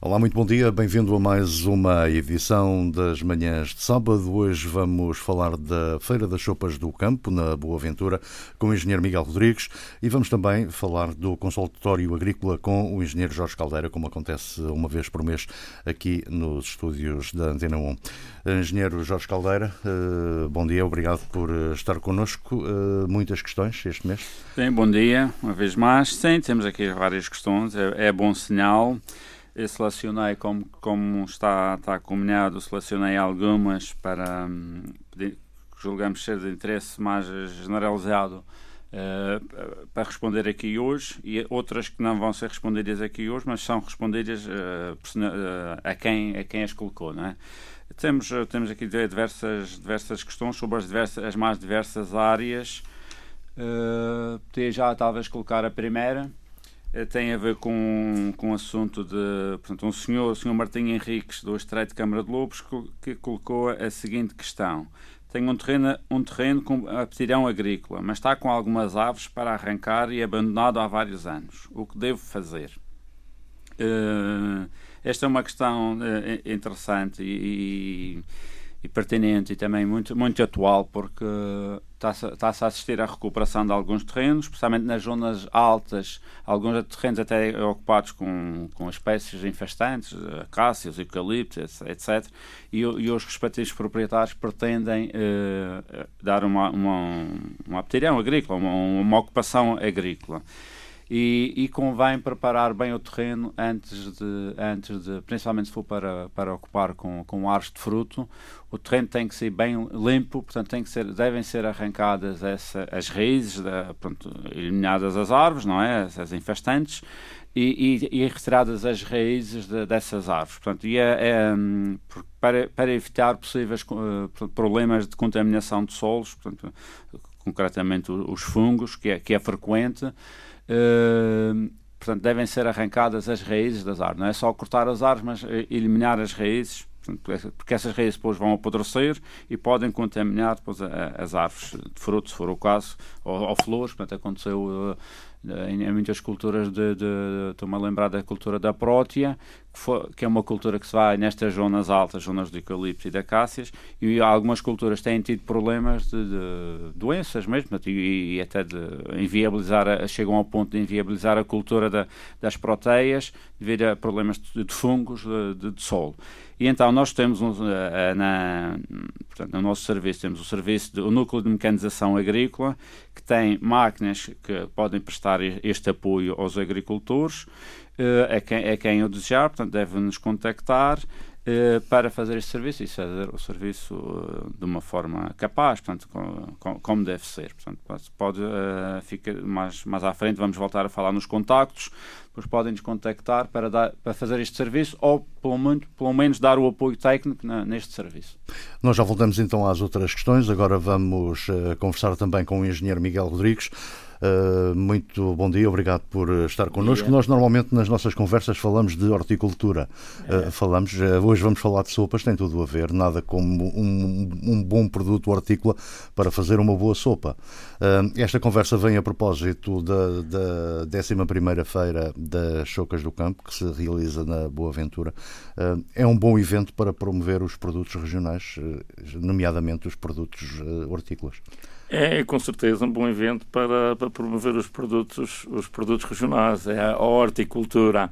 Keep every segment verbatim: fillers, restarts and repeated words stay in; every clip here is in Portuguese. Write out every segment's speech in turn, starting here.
Olá, muito bom dia, bem-vindo a mais uma edição das Manhãs de Sábado. Hoje vamos falar da Feira das Sopas do Campo, na Boa Ventura, com o engenheiro Miguel Rodrigues, e vamos também falar do consultório agrícola com o engenheiro Jorge Caldeira, como acontece uma vez por mês aqui nos estúdios da Antena um. Engenheiro Jorge Caldeira, bom dia, obrigado por estar connosco. Muitas questões este mês? Bem, bom dia, uma vez mais. Sim, temos aqui várias questões, é, é bom sinal. Eu selecionei, como, como está, está combinado, selecionei algumas para, um, que julgamos ser de interesse mais generalizado uh, para responder aqui hoje, e outras que não vão ser respondidas aqui hoje, mas são respondidas uh, uh, a, quem, a quem as colocou, não é? Temos, uh, temos aqui diversas, diversas questões sobre as, diversas, as mais diversas áreas. Uh, podia já talvez colocar a primeira. Tem a ver com, com o assunto de, portanto, um senhor, o senhor Martim Henriques, do Estreito de Câmara de Lobos, que colocou a seguinte questão. Tenho um terreno, um terreno com aptidão agrícola, mas está com algumas aves para arrancar e abandonado há vários anos. O que devo fazer? Uh, esta é uma questão uh, interessante e, e, e pertinente e também muito, muito atual, porque está-se, está-se a assistir à recuperação de alguns terrenos, especialmente nas zonas altas, alguns terrenos até ocupados com, com espécies infestantes, acácias, eucaliptos, etcétera. E, e os respectivos proprietários pretendem eh, dar uma, uma, uma aptidão agrícola, uma, uma ocupação agrícola. E, e convém preparar bem o terreno antes de, antes de principalmente se for para, para ocupar com, com árvores de fruto. O terreno tem que ser bem limpo, portanto tem que ser, devem ser arrancadas essa, as raízes, da, pronto, eliminadas as árvores, não é? As infestantes, e, e, e retiradas as raízes de, dessas árvores. Portanto, e é, é, para, para evitar possíveis uh, problemas de contaminação de solos, portanto, concretamente os fungos, que é, que é frequente. Uh, portanto, devem ser arrancadas as raízes das árvores. Não é só cortar as árvores, mas eliminar as raízes, portanto, porque essas raízes depois vão apodrecer e podem contaminar depois a, a, as árvores de fruto, se for o caso, ou, ou flores. Portanto, aconteceu uh, em, em muitas culturas, de, de, estou-me a lembrar da cultura da prótea, que, foi, que é uma cultura que se vai nestas zonas altas, zonas de eucalipto e de acácias, e algumas culturas têm tido problemas de, de doenças mesmo, e, e até de inviabilizar, a, chegam ao ponto de inviabilizar a cultura da, das proteias devido a problemas de, de fungos de, de, de solo. E então nós temos, um, na, portanto, no nosso serviço, temos o serviço, de, o núcleo de mecanização agrícola, que tem máquinas que podem prestar este apoio aos agricultores, uh, a, quem, a quem o desejar, portanto deve-nos contactar uh, para fazer este serviço e fazer o serviço uh, de uma forma capaz, portanto, com, com, como deve ser. Portanto, pode, uh, fica mais, mais à frente, vamos voltar a falar nos contactos, depois podem-nos contactar para, dar, para fazer este serviço ou, pelo, muito, pelo menos, dar o apoio técnico na, neste serviço. Nós já voltamos então às outras questões. Agora vamos uh, conversar também com o engenheiro Miguel Rodrigues. Uh, muito bom dia, obrigado por estar connosco. Nós normalmente nas nossas conversas falamos de horticultura. É. Uh, falamos, uh, hoje vamos falar de sopas, tem tudo a ver, nada como um, um bom produto hortícola para fazer uma boa sopa. Uh, esta conversa vem a propósito da, da décima primeira feira das Chocas do Campo, que se realiza na Boa Ventura. Uh, é um bom evento para promover os produtos regionais, uh, nomeadamente os produtos uh, hortícolas. É, com certeza, um bom evento para, para promover os produtos, os produtos regionais. É a horticultura.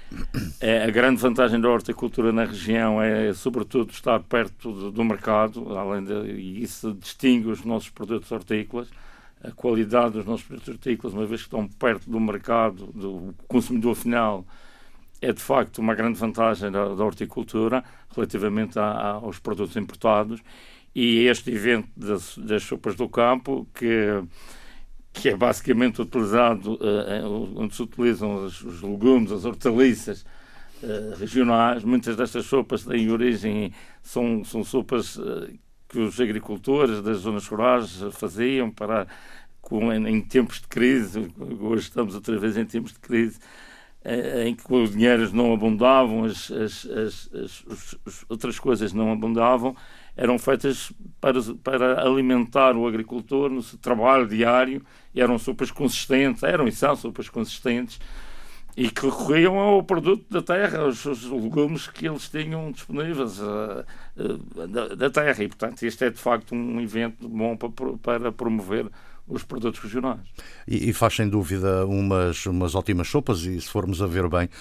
É, a grande vantagem da horticultura na região é, sobretudo, estar perto do, do mercado, além de, e isso distingue os nossos produtos hortícolas. A qualidade dos nossos produtos hortícolas, uma vez que estão perto do mercado, do consumidor final, é de facto uma grande vantagem da, da horticultura relativamente a, a, aos produtos importados. E este evento das, das sopas do campo, que, que é basicamente utilizado, uh, onde se utilizam os, os legumes, as hortaliças uh, regionais, muitas destas sopas têm origem, são, são sopas uh, que os agricultores das zonas rurais faziam para, com, em, em tempos de crise. Hoje estamos outra vez em tempos de crise, uh, em que os dinheiros não abundavam, as, as, as, as, as, as outras coisas não abundavam, eram feitas para, para alimentar o agricultor no seu trabalho diário, e eram sopas consistentes, eram e são sopas consistentes, e que recorriam ao produto da terra, aos, aos legumes que eles tinham disponíveis uh, uh, da, da terra. E, portanto, este é de facto um evento bom para, para promover os produtos regionais. E, e faz sem dúvida umas, umas ótimas sopas, e se formos a ver bem,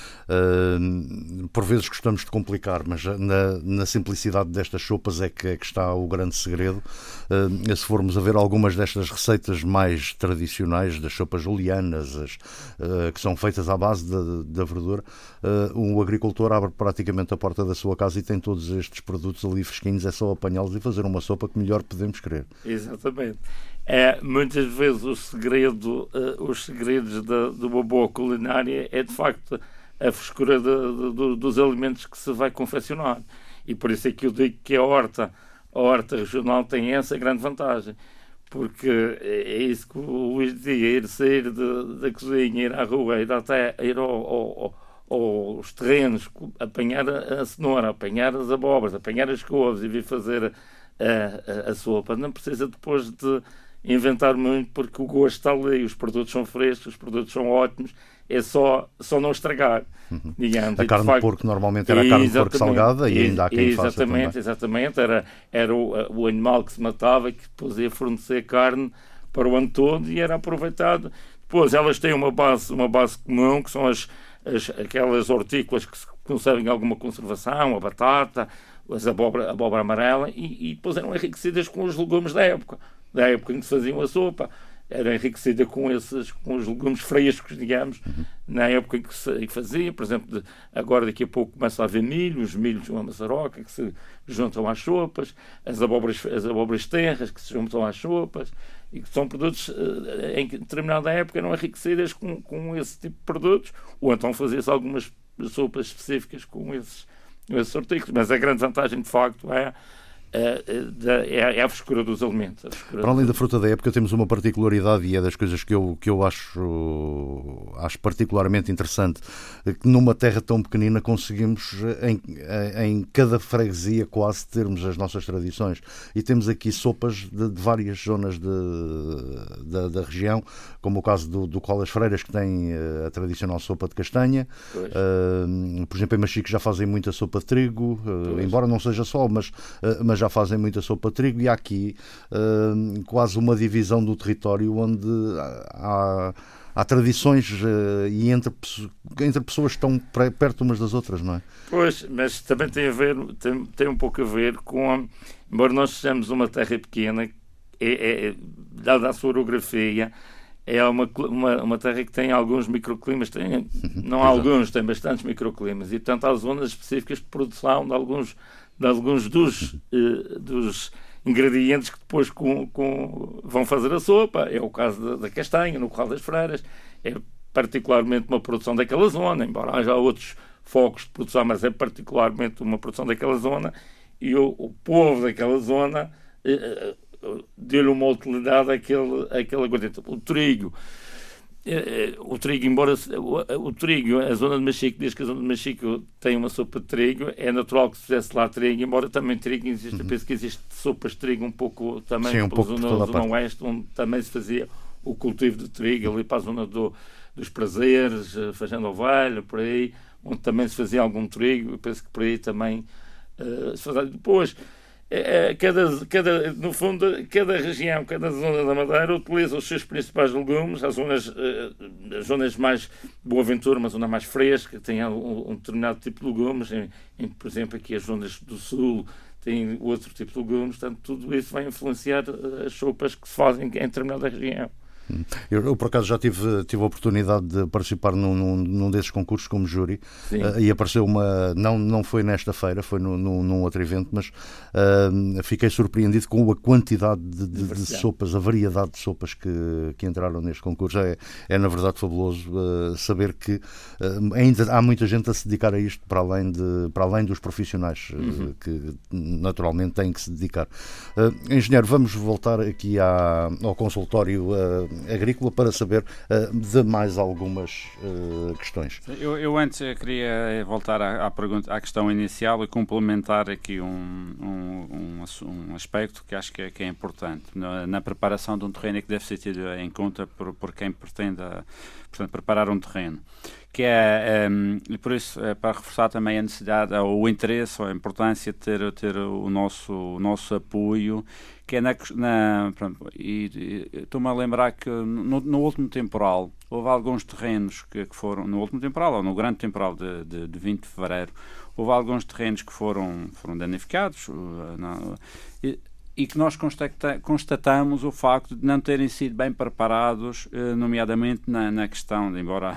uh, por vezes gostamos de complicar, mas na, na simplicidade destas sopas é que, é que está o grande segredo. Uh, se formos a ver algumas destas receitas mais tradicionais, das sopas julianas, as, uh, que são feitas à base da, da verdura, uh, um agricultor abre praticamente a porta da sua casa e tem todos estes produtos ali fresquinhos, é só apanhá-los e fazer uma sopa que melhor podemos querer. Exatamente. É, muitas vezes o segredo, uh, os segredos de, de uma boa culinária é de facto a frescura de, de, dos alimentos que se vai confeccionar. E por isso é que eu digo que a horta, a horta regional tem essa grande vantagem. Porque é isso que o Luís dizia, ir sair de, da cozinha, ir à rua, ir, até, ir ao, ao, aos terrenos, apanhar a, a cenoura, apanhar as abóboras, apanhar as couves e vir fazer a, a, a sopa. Não precisa depois de inventar muito, porque o gosto está ali, os produtos são frescos, os produtos são ótimos, é só, só não estragar, uhum. digamos. A carne de, facto, de porco normalmente era a carne de porco salgada, e ainda há quem faça também. Exatamente, exatamente, era, era o, o animal que se matava e que depois ia fornecer carne para o ano todo e era aproveitado. Depois elas têm uma base, uma base comum, que são as, as, aquelas hortícolas que conseguem alguma conservação, a batata, as abóbora, a abóbora amarela, e, e depois eram enriquecidas com os legumes da época. Da época em que se faziam a sopa, era enriquecida com esses, com os legumes frescos, digamos, uhum. na época em que se fazia. Por exemplo, de, agora daqui a pouco começa a haver milho, os milhos uma maçaroca que se juntam às sopas, as abóboras, as abóboras tenras que se juntam às sopas, e que são produtos em determinada época eram enriquecidas com, com esse tipo de produtos, ou então fazia-se algumas sopas específicas com esses, esses artigos. Mas a grande vantagem, de facto, é é a frescura dos alimentos. Frescura Para além dos... da fruta da época, temos uma particularidade, e é das coisas que eu, que eu acho, acho particularmente interessante, que numa terra tão pequenina conseguimos em, em cada freguesia quase termos as nossas tradições, e temos aqui sopas de, de várias zonas de, da, da região, como o caso do, do Colas Freiras, que tem a tradicional sopa de castanha. Uh, por exemplo, em Machico já fazem muita sopa de trigo, uh, embora não seja só, mas, uh, mas já fazem muita sopa de trigo, e há aqui uh, quase uma divisão do território onde há, há tradições uh, e entre, entre pessoas que estão perto umas das outras, não é? Pois, mas também tem a ver, tem, tem um pouco a ver com, a, embora nós sejamos uma terra pequena, é, é, dada a sua orografia, é uma, uma, uma terra que tem alguns microclimas, tem, não há alguns, tem bastantes microclimas, e portanto há zonas específicas de produção de alguns de alguns dos, uh, dos ingredientes que depois com, com, vão fazer a sopa. É o caso da, da castanha, no Corral das Freiras. É particularmente uma produção daquela zona, embora haja outros focos de produção, mas é particularmente uma produção daquela zona, e o, o povo daquela zona uh, uh, deu-lhe uma utilidade àquele, àquele aguardente. O trigo. O trigo, embora o, o trigo, a zona de Machico, desde que a zona de Machico tem uma sopa de trigo, é natural que se fizesse lá trigo, embora também trigo existe, uhum. penso que existe sopas de trigo um pouco também Sim, um pela pouco zona, zona oeste, onde também se fazia o cultivo de trigo, ali para a zona do, dos Prazeres, Fazendo Ovelha, por aí, onde também se fazia algum trigo, eu penso que por aí também uh, se fazia. Depois, É, cada, cada, no fundo, cada região, cada zona da Madeira utiliza os seus principais legumes. As zonas, as zonas mais Boa Ventura, uma zona mais fresca, tem um, um determinado tipo de legumes. Em, em, por exemplo, aqui as zonas do Sul têm outro tipo de legumes. Portanto, tudo isso vai influenciar as sopas que se fazem em determinada região. Eu, eu, por acaso, já tive, tive a oportunidade de participar num, num, num desses concursos como júri, uh, e apareceu uma, não, não foi nesta feira, foi no, no, num outro evento, mas uh, fiquei surpreendido com a quantidade de, de, de sopas, a variedade de sopas que, que entraram neste concurso. É, é na verdade fabuloso uh, saber que uh, ainda há muita gente a se dedicar a isto, para além, de, para além dos profissionais, uh, uhum. que naturalmente têm que se dedicar. Uh, engenheiro, vamos voltar aqui à, ao consultório uh, agrícola para saber uh, de mais algumas uh, questões. Eu, eu antes queria voltar à, à, pergunta, à questão inicial e complementar aqui um, um, um, um aspecto que acho que é, que é importante na, na preparação de um terreno e que deve ser tido em conta por, por quem pretenda, portanto, preparar um terreno, que é, um, e por isso, é para reforçar também a necessidade, ou o interesse, ou a importância de ter, ter o, nosso, o nosso apoio, que é na... na pronto, e, e estou-me a lembrar que no, no último temporal, houve alguns terrenos que, que foram, no último temporal, ou no grande temporal de, de, de vinte de fevereiro, houve alguns terrenos que foram, foram danificados, não, e, e que nós constata, constatamos o facto de não terem sido bem preparados, nomeadamente na, na questão, de, embora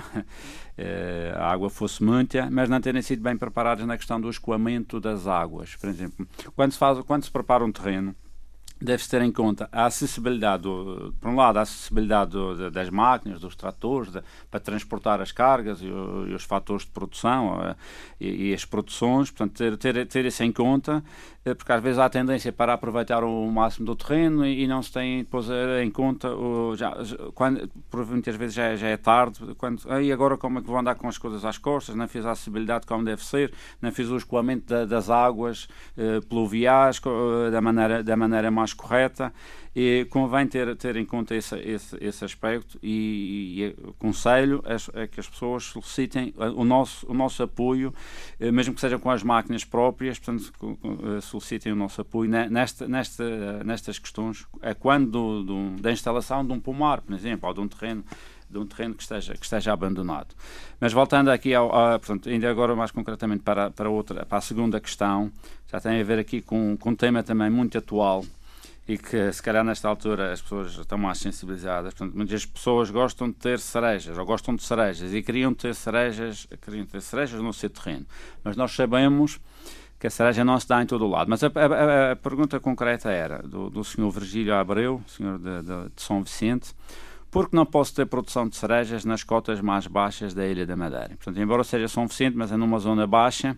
a água fosse muita, mas não terem sido bem preparados na questão do escoamento das águas. Por exemplo, quando se, faz, quando se prepara um terreno, deve-se ter em conta a acessibilidade, do, por um lado, a acessibilidade do, das máquinas, dos tratores, de, para transportar as cargas e, o, e os fatores de produção a, e, e as produções, portanto, ter, ter, ter isso em conta, porque às vezes há a tendência para aproveitar o máximo do terreno e, e não se tem depois em conta, o, já, quando, por muitas vezes já, já é tarde, quando, e agora como é que vou andar com as coisas às costas, não fiz a acessibilidade como deve ser, não fiz o escoamento da, das águas eh, pluviais eh, da maneira, da maneira mais correta, e convém ter, ter em conta esse, esse, esse aspecto e, e aconselho a, a que as pessoas solicitem o nosso, o nosso apoio, mesmo que seja com as máquinas próprias, portanto, solicitem o nosso apoio nesta, nesta, nestas questões, é quando do, do, da instalação de um pomar, por exemplo, ou de um terreno de um terreno que esteja, que esteja abandonado. Mas voltando aqui, ao, ao, portanto, ainda agora mais concretamente para, para, outra, para a segunda questão, já tem a ver aqui com, com um tema também muito atual, e que se calhar nesta altura as pessoas estão mais sensibilizadas. Portanto, muitas pessoas gostam de ter cerejas, ou gostam de cerejas, e queriam ter cerejas, queriam ter cerejas no seu terreno. Mas nós sabemos que a cereja não se dá em todo o lado. Mas a, a, a pergunta concreta era, do, do senhor Virgílio Abreu, senhor de, de, de São Vicente, por que não posso ter produção de cerejas nas cotas mais baixas da Ilha da Madeira? Portanto, embora seja São Vicente, mas é numa zona baixa,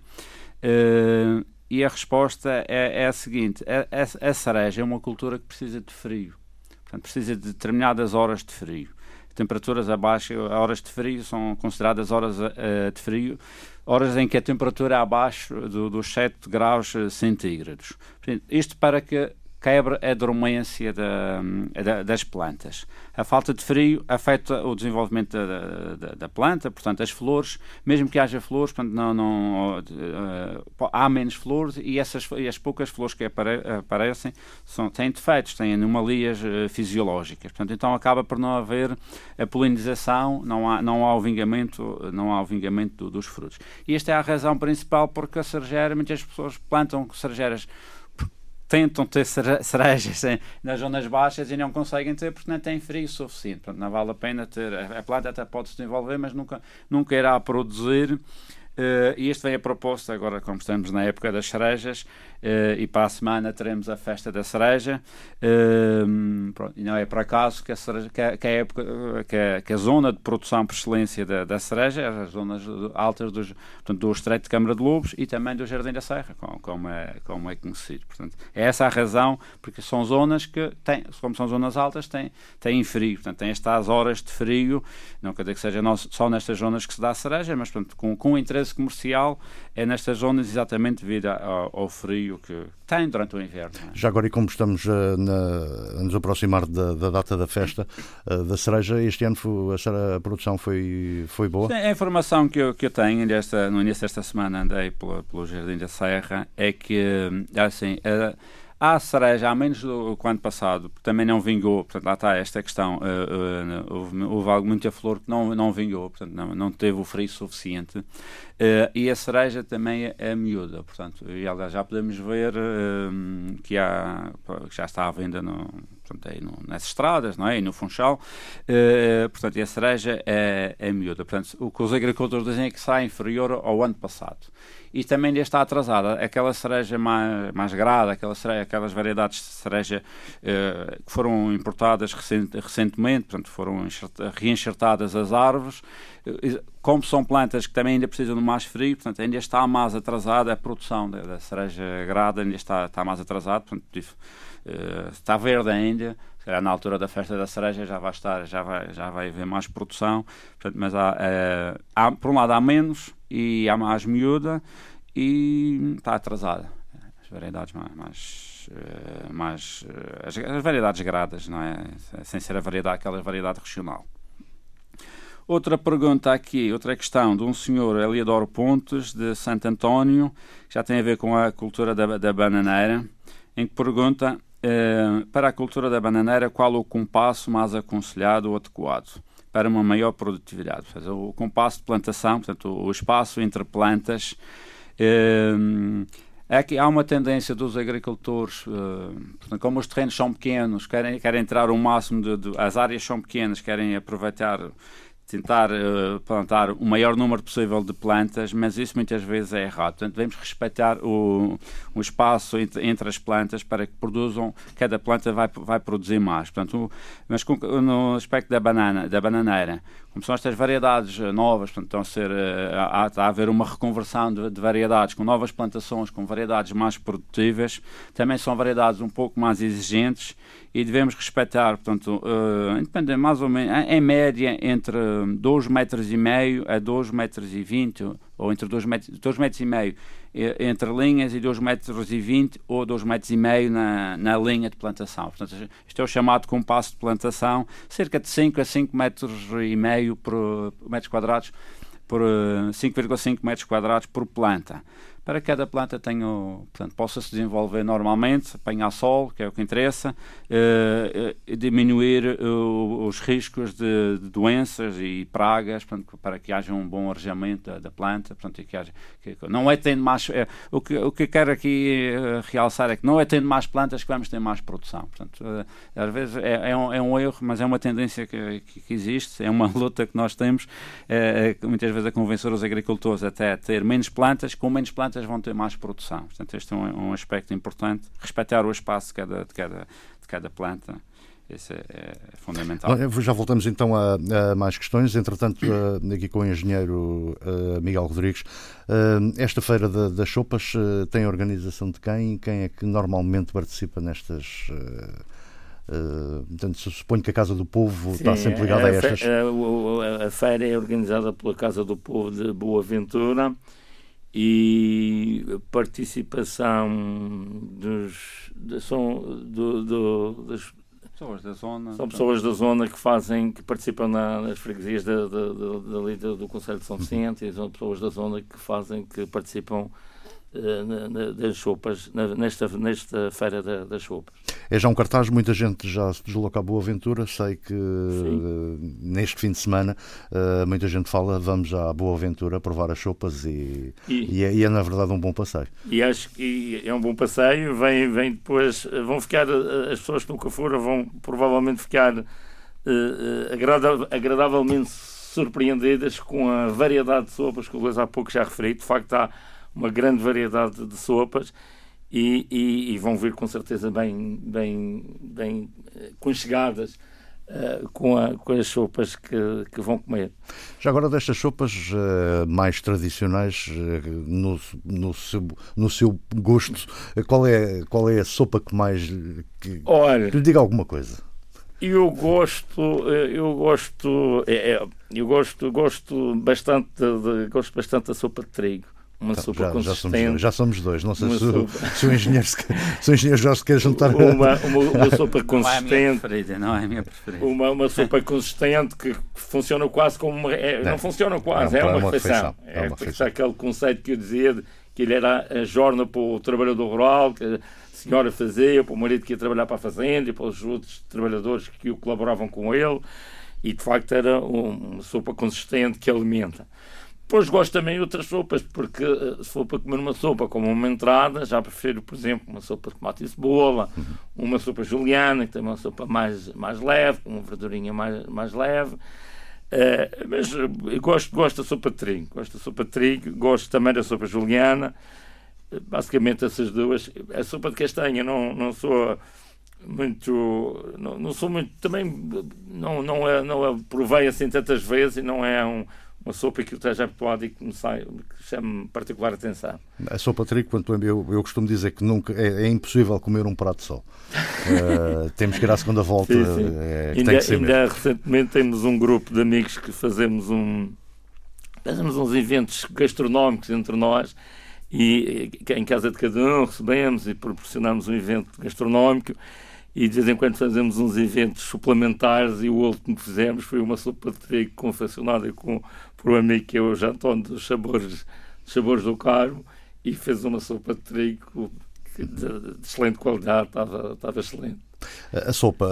uh, e a resposta é, é a seguinte: a, a, a cereja é uma cultura que precisa de frio, portanto, precisa de determinadas horas de frio. Temperaturas abaixo, horas de frio são consideradas horas uh, de frio, horas em que a temperatura é abaixo do, dos sete graus centígrados. Portanto, isto para que quebra a dormência da, da, das plantas. A falta de frio afeta o desenvolvimento da, da, da planta, portanto, as flores, mesmo que haja flores, portanto, não, não, uh, há menos flores, e, essas, e as poucas flores que apare, aparecem são, têm defeitos, têm anomalias uh, fisiológicas. Portanto, então acaba por não haver a polinização, não há, não há o vingamento, não há o vingamento do, dos frutos. E esta é a razão principal porque a cerejeira, muitas pessoas plantam cerejeiras, tentam ter cerejas nas zonas baixas e não conseguem ter porque não têm frio suficiente. Portanto, não vale a pena ter. A planta até pode se desenvolver, mas nunca, nunca irá produzir. Uh, e este vem a proposta, agora como estamos na época das cerejas, uh, e para a semana teremos a festa da cereja, uh, pronto, e não é por acaso que a, cereja, que a, que a, época, que a, que a zona de produção por excelência da, da cereja é as zonas altas dos, portanto, do Estreito de Câmara de Lobos e também do Jardim da Serra, como, como, é, como é conhecido. Portanto, é essa a razão, porque são zonas que, têm, como são zonas altas, têm, têm frio, portanto, têm estas horas de frio, não quer dizer que seja só nestas zonas que se dá a cereja, mas portanto, com, com interesse comercial é nestas zonas exatamente devido ao, ao frio que tem durante o inverno. É? Já agora, e como estamos uh, na, a nos aproximar da, da data da festa uh, da cereja, este ano foi, a, a produção foi, foi boa? Sim, a informação que eu, que eu tenho desta, no início desta semana andei pelo, pelo Jardim da Serra é que assim, uh, há cereja, há menos do que o ano passado, também não vingou, portanto, lá está esta questão, uh, uh, houve, houve muita flor que não, não vingou, portanto, não, não teve o frio suficiente, uh, e a cereja também é, é miúda, portanto, e aliás, já podemos ver uh, que, há, que já está à venda no, portanto, aí no, nas estradas, não é? E no Funchal, uh, portanto, e a cereja é, é miúda, portanto, o que os agricultores dizem é que será inferior ao ano passado. E também ainda está atrasada aquela cereja mais, mais grada, aquela cereja, aquelas variedades de cereja eh, que foram importadas recent, recentemente, portanto foram reenxertadas as árvores, eh, como são plantas que também ainda precisam de mais frio, portanto ainda está mais atrasada a produção da, da cereja grada, ainda está, está mais atrasada, portanto eh, está verde ainda. Na altura da festa da cereja já vai estar, já vai, já vai haver mais produção, portanto, mas há, é, há, por um lado há menos e há mais miúda e está atrasada. As variedades mais, mais, mais as, as variedades gradas, não é? Sem ser a variedade, aquela variedade regional. Outra pergunta aqui, outra questão de um senhor Eliador Pontes, de Santo António, que já tem a ver com a cultura da, da bananeira, em que pergunta, eh, para a cultura da bananeira, qual o compasso mais aconselhado ou adequado para uma maior produtividade? Portanto, o compasso de plantação, portanto, o espaço entre plantas. Eh, Aqui há uma tendência dos agricultores, uh, portanto, como os terrenos são pequenos, querem, querem entrar o máximo de, de... As áreas são pequenas, querem aproveitar, tentar uh, plantar o maior número possível de plantas, mas isso muitas vezes é errado. Portanto, devemos respeitar o, o espaço entre, entre as plantas para que produzam, cada planta vai, vai produzir mais. Portanto, o, mas com, no aspecto da banana, da bananeira, como são estas variedades novas, portanto, estão a ser, há, há a haver uma reconversão de, de variedades, com novas plantações, com variedades mais produtivas, também são variedades um pouco mais exigentes e devemos respeitar, portanto, uh, independente, mais ou menos, em média, entre dois metros e meio a dois metros e vinte, ou entre dois metros, dois metros e meio entre linhas e dois metros e vinte ou dois metros e meio na, na linha de plantação. Portanto, isto é o chamado compasso de plantação, cerca de cinco a cinco metros e meio por metros quadrados, por cinco vírgula cinco metros quadrados por planta. Para que cada planta tenha, portanto, possa se desenvolver normalmente, apanhar sol, que é o que interessa, e eh, diminuir uh, os riscos de, de doenças e pragas, portanto, para que haja um bom arejamento da, da planta. Portanto, e que haja, que, não é tendo mais, é, o, que, o que quero aqui uh, realçar é que não é tendo mais plantas que vamos ter mais produção. Portanto, uh, às vezes é, é, um, é um erro, mas é uma tendência que, que, que existe, é uma luta que nós temos, uh, muitas vezes a convencer os agricultores até a ter menos plantas, com menos plantas vão ter mais produção. Portanto, este é um, um aspecto importante. Respeitar o espaço de cada, de cada, de cada planta. Isso é, é fundamental. Bom, já voltamos então a, a mais questões. Entretanto, aqui com o engenheiro Miguel Rodrigues, esta feira de, das sopas tem organização de quem? Quem é que normalmente participa nestas... Uh, portanto, suponho que a Casa do Povo Sim, está sempre ligada a, a estas... A, a, a feira é organizada pela Casa do Povo de Boa Ventura e a participação dos, de, são, do, do, das pessoas da zona, são pessoas da zona que fazem, que participam na, nas freguesias da, da, da, da, do Conselho de São Vicente, e são pessoas da zona que fazem, que participam Na, na, das sopas, na, nesta, nesta feira da, das sopas. É já um cartaz, muita gente já se desloca a Boa Ventura, sei que uh, neste fim de semana uh, muita gente fala, vamos já à Boa Ventura provar as sopas e, e, e, é, e é na verdade um bom passeio. E acho que é um bom passeio, vem, vem depois, vão ficar, as pessoas que nunca foram vão provavelmente ficar uh, agradav- agradavelmente surpreendidas com a variedade de sopas que o Luís há pouco já referi. De facto há uma grande variedade de sopas e, e, e vão vir com certeza bem, bem, bem conchegadas uh, com, a, com as sopas que, que vão comer. Já agora destas sopas uh, mais tradicionais, uh, no, no, seu, no seu gosto, qual é, qual é a sopa que mais que, Olha, que lhe diga alguma coisa? Eu gosto, eu gosto, eu gosto, gosto bastante, de, gosto bastante da sopa de trigo. Uma então, sopa já, consistente. Já somos, já somos dois. Não sei se o, se o engenheiro se, se o engenheiro já se quer juntar. Uma, uma, uma sopa consistente. Não é a minha preferida. Uma, uma sopa consistente que funciona quase como uma. É, não, não funciona quase, é, é uma, uma refeição. refeição. É, é uma refeição. Aquele conceito que eu dizia de, que ele era a jorna para o trabalhador rural, que a senhora fazia, para o marido que ia trabalhar para a fazenda e para os outros trabalhadores que o colaboravam com ele. E de facto era uma sopa consistente que alimenta. Depois gosto também de outras sopas, porque se for para comer uma sopa como uma entrada, já prefiro, por exemplo, uma sopa de tomate e cebola, uhum. uma sopa juliana, que tem uma sopa mais, mais leve, com uma verdurinha mais, mais leve. Uh, mas eu gosto, gosto da sopa de trigo, gosto da sopa de trigo, gosto também da sopa juliana, basicamente essas duas. A sopa de castanha não, não sou muito, não, não sou muito, também não, não, é, não a provei assim tantas vezes e não é um uma sopa que eu esteja habituado e que me sai, que chame particular atenção. A sopa de trigo, quanto eu, eu costumo dizer que nunca, é, é impossível comer um prato só. uh, temos que ir à segunda volta. Sim, sim. É, ainda tem que ser ainda recentemente temos um grupo de amigos que fazemos, um, fazemos uns eventos gastronómicos entre nós e em casa de cada um recebemos e proporcionamos um evento gastronómico e de vez em quando fazemos uns eventos suplementares, e o último que fizemos foi uma sopa de trigo confeccionada com, por um amigo que é o Jantão dos Sabores, Sabores do Carmo, e fez uma sopa de trigo de, de excelente qualidade, estava, estava excelente. A sopa,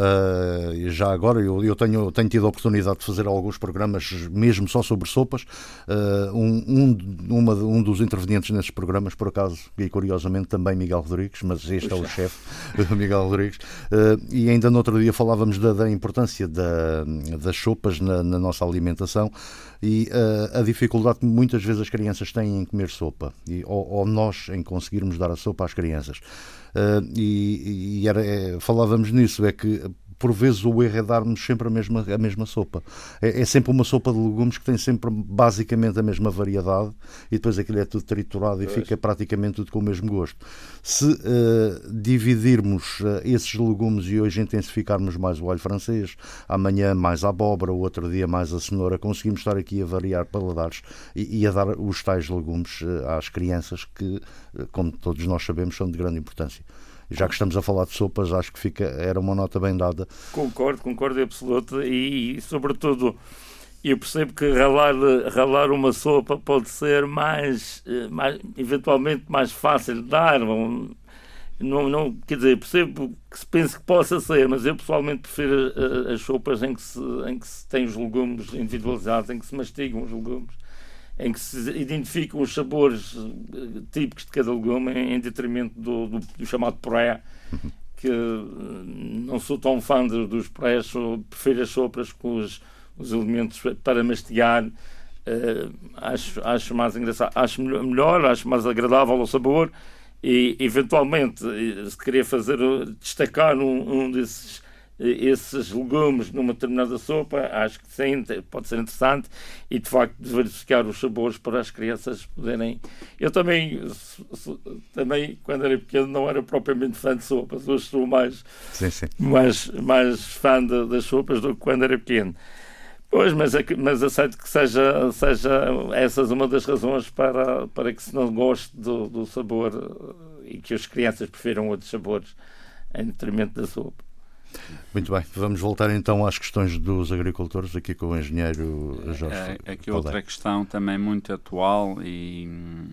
já agora, eu, eu tenho, tenho tido a oportunidade de fazer alguns programas mesmo só sobre sopas. Um, um, uma, um dos intervenientes nesses programas, por acaso, e curiosamente também Miguel Rodrigues, mas este Puxa. é o chefe, Miguel Rodrigues, e ainda no outro dia falávamos da, da importância da, das sopas na, na nossa alimentação e a, a dificuldade que muitas vezes as crianças têm em comer sopa, e, ou, ou nós em conseguirmos dar a sopa às crianças. Uh, e e era, é, falávamos nisso, é que por vezes o erro é darmos sempre a mesma, a mesma sopa. É, é sempre uma sopa de legumes que tem sempre basicamente a mesma variedade, e depois aquilo é tudo triturado e pois. fica praticamente tudo com o mesmo gosto. Se uh, dividirmos uh, esses legumes e hoje intensificarmos mais o alho francês, amanhã mais a abóbora, o outro dia mais a cenoura, conseguimos estar aqui a variar paladares e, e a dar os tais legumes uh, às crianças que, uh, como todos nós sabemos, são de grande importância. Já que estamos a falar de sopas, acho que fica, era uma nota bem dada. Concordo, concordo em absoluto, e, e sobretudo eu percebo que ralar, ralar uma sopa pode ser mais, mais eventualmente mais fácil de dar. Não, não, quer dizer, percebo que se pense que possa ser, mas eu pessoalmente prefiro as sopas em que se, em que se tem os legumes individualizados, em que se mastigam os legumes, em que se identificam os sabores típicos de cada legume, em detrimento do, do, do chamado puré, que não sou tão fã de, dos purés, prefiro as sopas com os, os elementos para mastigar. Uh, acho, acho mais engraçado, acho melhor, acho mais agradável ao sabor, e eventualmente, se querer fazer, destacar um, um desses esses legumes numa determinada sopa, acho que sim, pode ser interessante, e de facto diversificar os sabores para as crianças poderem. Eu também, também quando era pequeno, não era propriamente fã de sopas, hoje sou mais, sim, sim. mais, mais fã de, das sopas do que quando era pequeno. Pois, mas, mas aceito que seja, seja essas uma das razões para, para que se não goste do, do sabor e que as crianças prefiram outros sabores em detrimento da sopa. Muito bem, vamos voltar então às questões dos agricultores, aqui com o engenheiro Jorge. É, aqui outra questão também muito atual e,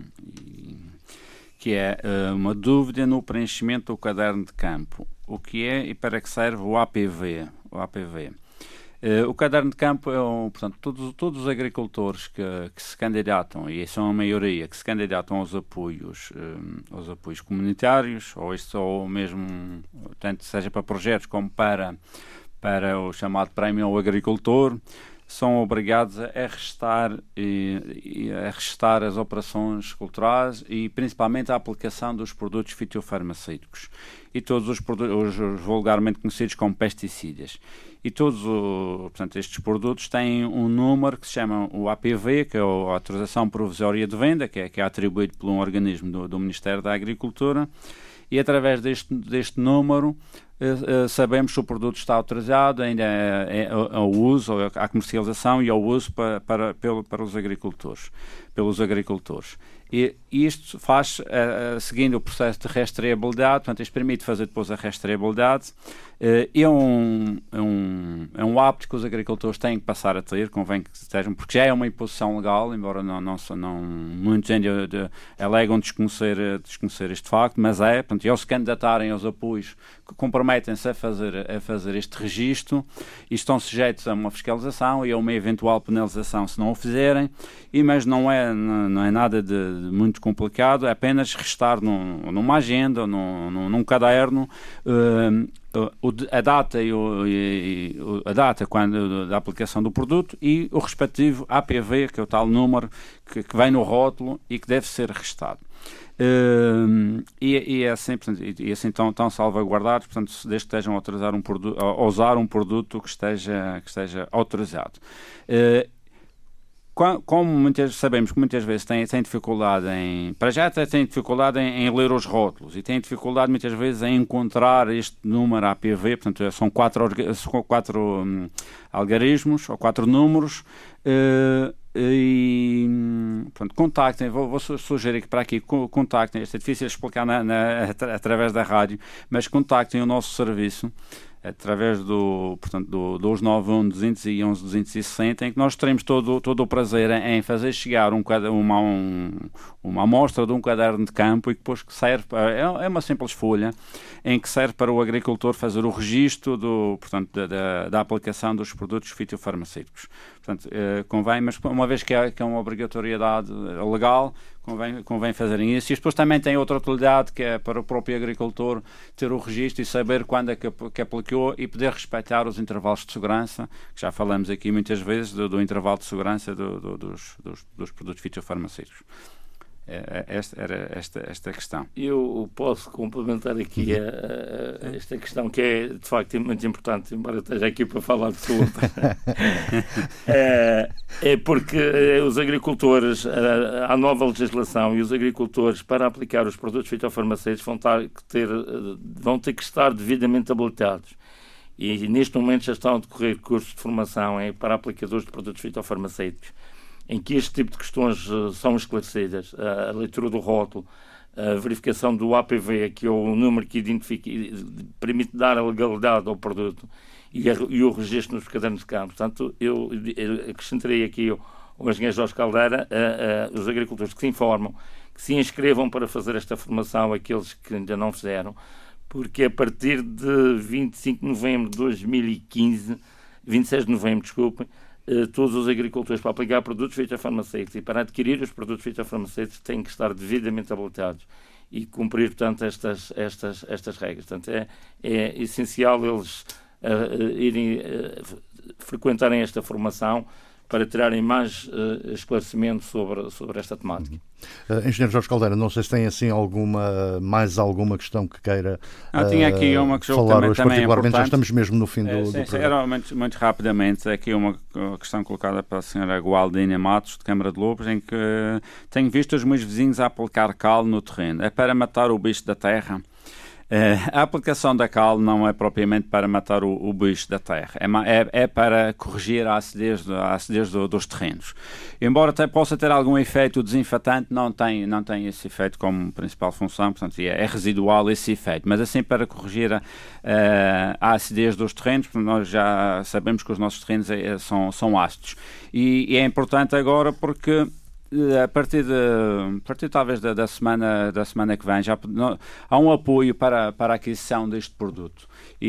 e que é uh, uma dúvida no preenchimento do caderno de campo. O que é e para que serve o A P V? O A P V. Uh, o caderno de campo é, um, portanto, todos, todos os agricultores que, que se candidatam, e são a maioria, que se candidatam aos apoios, um, aos apoios comunitários, ou isto ou mesmo, tanto seja para projetos como para, para o chamado Prémio ao Agricultor, são obrigados a restar, e, e a restar as operações culturais e principalmente a aplicação dos produtos fitofarmacêuticos e todos os produtos vulgarmente conhecidos como pesticidas. E todos o, portanto, estes produtos têm um número que se chama o A P V, que é a Autorização Provisória de Venda, que é, que é atribuído por um organismo do, do Ministério da Agricultura, e através deste, deste número eh, sabemos se o produto está autorizado ainda é, é, ao uso, à comercialização e ao uso para, para, pelo, para os agricultores, pelos agricultores. E isto faz, uh, seguindo o processo de rastreabilidade, portanto, isto permite fazer depois a rastreabilidade. Uh, é, um, é, um, é um hábito que os agricultores têm que passar a ter, convém que estejam, porque já é uma imposição legal, embora não, não, não muitos ainda de, alegam desconhecer, desconhecer este facto, mas é, portanto, e ao se candidatarem aos apoios, que comprometem-se a fazer, a fazer este registro e estão sujeitos a uma fiscalização e a uma eventual penalização se não o fizerem, e, mas não é, não, não é nada de muito complicado, é apenas restar num, numa agenda, num, num, num caderno, uh, o, a data, e, o, e a data quando, da aplicação do produto e o respectivo A P V, que é o tal número que, que vem no rótulo e que deve ser restado. Uh, e, e é assim, portanto, e, e assim estão, estão salvaguardados, portanto, desde que estejam a, autorizar um produto, a usar um produto que esteja, que esteja autorizado. Uh, Como muitas, sabemos que muitas vezes têm, têm dificuldade em... Para já têm dificuldade em, em ler os rótulos e têm dificuldade muitas vezes em encontrar este número A P V, portanto são quatro, quatro um, algarismos ou quatro números uh, e pronto, contactem, vou, vou sugerir que para aqui contactem, isto é difícil explicar na, na, através da rádio, mas contactem o nosso serviço através do, portanto, do dois nove um, duzentos e onze, duzentos e sessenta, em que nós teremos todo, todo o prazer em fazer chegar um, uma, um, uma amostra de um caderno de campo e que depois que serve, é uma simples folha, em que serve para o agricultor fazer o registro do, portanto, da, da, da aplicação dos produtos fitofarmacêuticos. Portanto, eh, convém, mas uma vez que é, que é uma obrigatoriedade legal, convém, convém fazerem isso. E depois também tem outra utilidade, que é para o próprio agricultor ter o registro e saber quando é que, que aplicou e poder respeitar os intervalos de segurança, que já falamos aqui muitas vezes do, do intervalo de segurança do, do, dos, dos, dos produtos fitofarmacêuticos. Esta, era esta, esta questão. Eu posso complementar aqui a, a, esta questão, que é de facto muito importante, embora esteja aqui para falar de saúde. é, é porque os agricultores, a, a nova legislação e os agricultores, para aplicar os produtos fitofarmacêuticos, vão ter, vão ter que estar devidamente habilitados. E neste momento já estão a decorrer cursos de formação é, para aplicadores de produtos fitofarmacêuticos, em que este tipo de questões uh, são esclarecidas, uh, a leitura do rótulo, a verificação do A P V, que é o número que identifica, permite dar a legalidade ao produto, e, a, e o registro nos cadernos de campo. Portanto, eu, eu acrescentarei aqui o, o engenheiro Jorge Caldeira, uh, uh, os agricultores que se informam, que se inscrevam para fazer esta formação, aqueles que ainda não fizeram, porque a partir de vinte e cinco de novembro de dois mil e quinze, vinte e seis de novembro, desculpem, todos os agricultores, para aplicar produtos fitofarmacêuticos e para adquirir os produtos fitofarmacêuticos, têm que estar devidamente habilitados e cumprir, portanto, estas, estas, estas regras. Portanto, é, é essencial eles uh, irem uh, frequentarem esta formação para tirarem mais uh, esclarecimento sobre, sobre esta temática. Uh, Engenheiro Jorge Caldeira, não sei se tem assim alguma, mais alguma questão que queira uh, tinha aqui uma que falar também, hoje, também particularmente, é já estamos mesmo no fim do, é, do sim, programa. Era muito, muito rapidamente, aqui uma questão colocada pela senhora Gualdina Matos, de Câmara de Lobos, em que tenho visto os meus vizinhos a aplicar cal no terreno. É para matar o bicho da terra? Uh, a aplicação da cal não é propriamente para matar o, o bicho da terra, é, é, é para corrigir a acidez, a acidez do, dos terrenos. Embora até possa ter algum efeito desinfetante, não tem, não tem esse efeito como principal função, portanto é, é residual esse efeito, mas assim para corrigir a, a acidez dos terrenos, porque nós já sabemos que os nossos terrenos é, são, são ácidos. E, e é importante agora porque a partir, de, a partir talvez da, da, semana, da semana que vem já não, há um apoio para, para a aquisição deste produto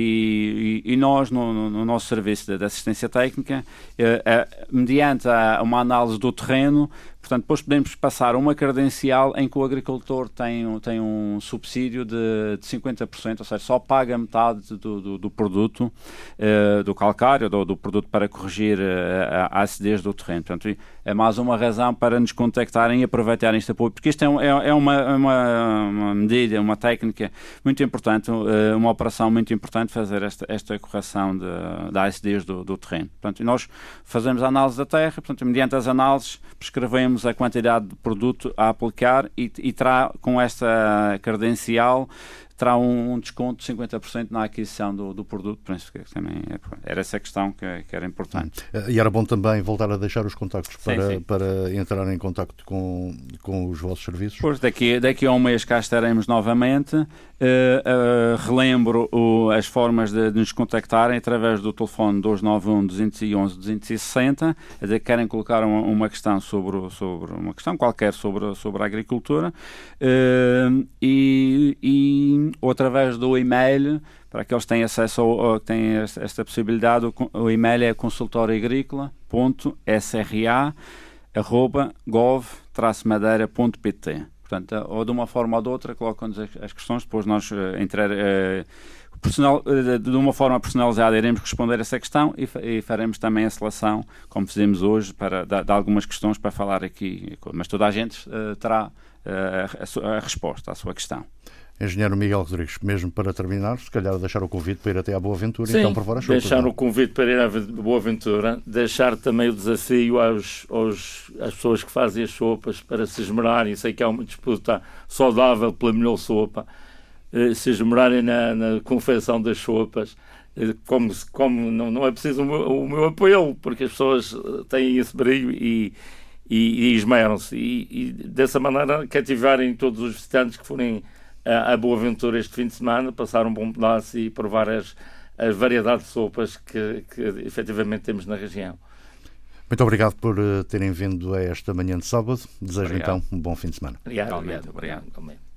e, e, e nós no, no, no nosso serviço de, de assistência técnica eh, eh, mediante a, uma análise do terreno, portanto depois podemos passar uma credencial em que o agricultor tem, tem um subsídio de, de cinquenta por cento, ou seja, só paga metade do, do, do produto eh, do calcário, do, do produto para corrigir a, a acidez do terreno. Portanto, é mais uma razão para nos contactarem e aproveitarem este apoio, porque isto é, um, é, é uma, uma, uma medida, uma técnica muito importante, uma operação muito importante fazer esta, esta correção de, da acidez do, do terreno. Portanto, nós fazemos a análise da terra, portanto, mediante as análises prescrevemos a quantidade de produto a aplicar e, e terá com esta credencial terá um, um desconto de cinquenta por cento na aquisição do, do produto. Penso que também é, era essa questão que, que era importante. E era bom também voltar a deixar os contactos para, sim, sim. para entrar em contacto com, com os vossos serviços. Pois, daqui, daqui a um mês cá estaremos novamente. Uh, uh, relembro uh, as formas de, de nos contactarem através do telefone dois nove um, duzentos e onze, duzentos e sessenta. De querem colocar uma, uma questão sobre, sobre uma questão qualquer sobre, sobre a agricultura uh, e, e ou através do e-mail, para aqueles que têm acesso ao, têm esta possibilidade, o, o e-mail é consultório agrícola ponto s r a arroba gov traço madeira ponto p t. Portanto, ou de uma forma ou de outra, colocam-nos as, as questões, depois nós uh, entrar, uh, personal, uh, de uma forma personalizada iremos responder a essa questão e, e faremos também a seleção, como fizemos hoje, para, de, de algumas questões para falar aqui, mas toda a gente uh, terá uh, a, a resposta à sua questão. Engenheiro Miguel Rodrigues, mesmo para terminar, se calhar deixar o convite para ir até à Boa Ventura. Sim, então para fora chuva, deixar não? o convite para ir à Boa Ventura, deixar também o desafio aos, aos, às pessoas que fazem as sopas para se esmerarem. Sei que há uma disputa saudável pela melhor sopa, se esmerarem na, na confecção das sopas, como, como não, não é preciso o meu, o meu apoio, porque as pessoas têm esse brilho e e, e esmeram-se. E, e dessa maneira cativarem todos os visitantes que forem a, a Boa Ventura este fim de semana, passar um bom pedaço e provar as, as variedades de sopas que, que efetivamente temos na região. Muito obrigado por terem vindo a esta manhã de sábado. Desejo obrigado. Então um bom fim de semana. Obrigado. Obrigado. obrigado. obrigado.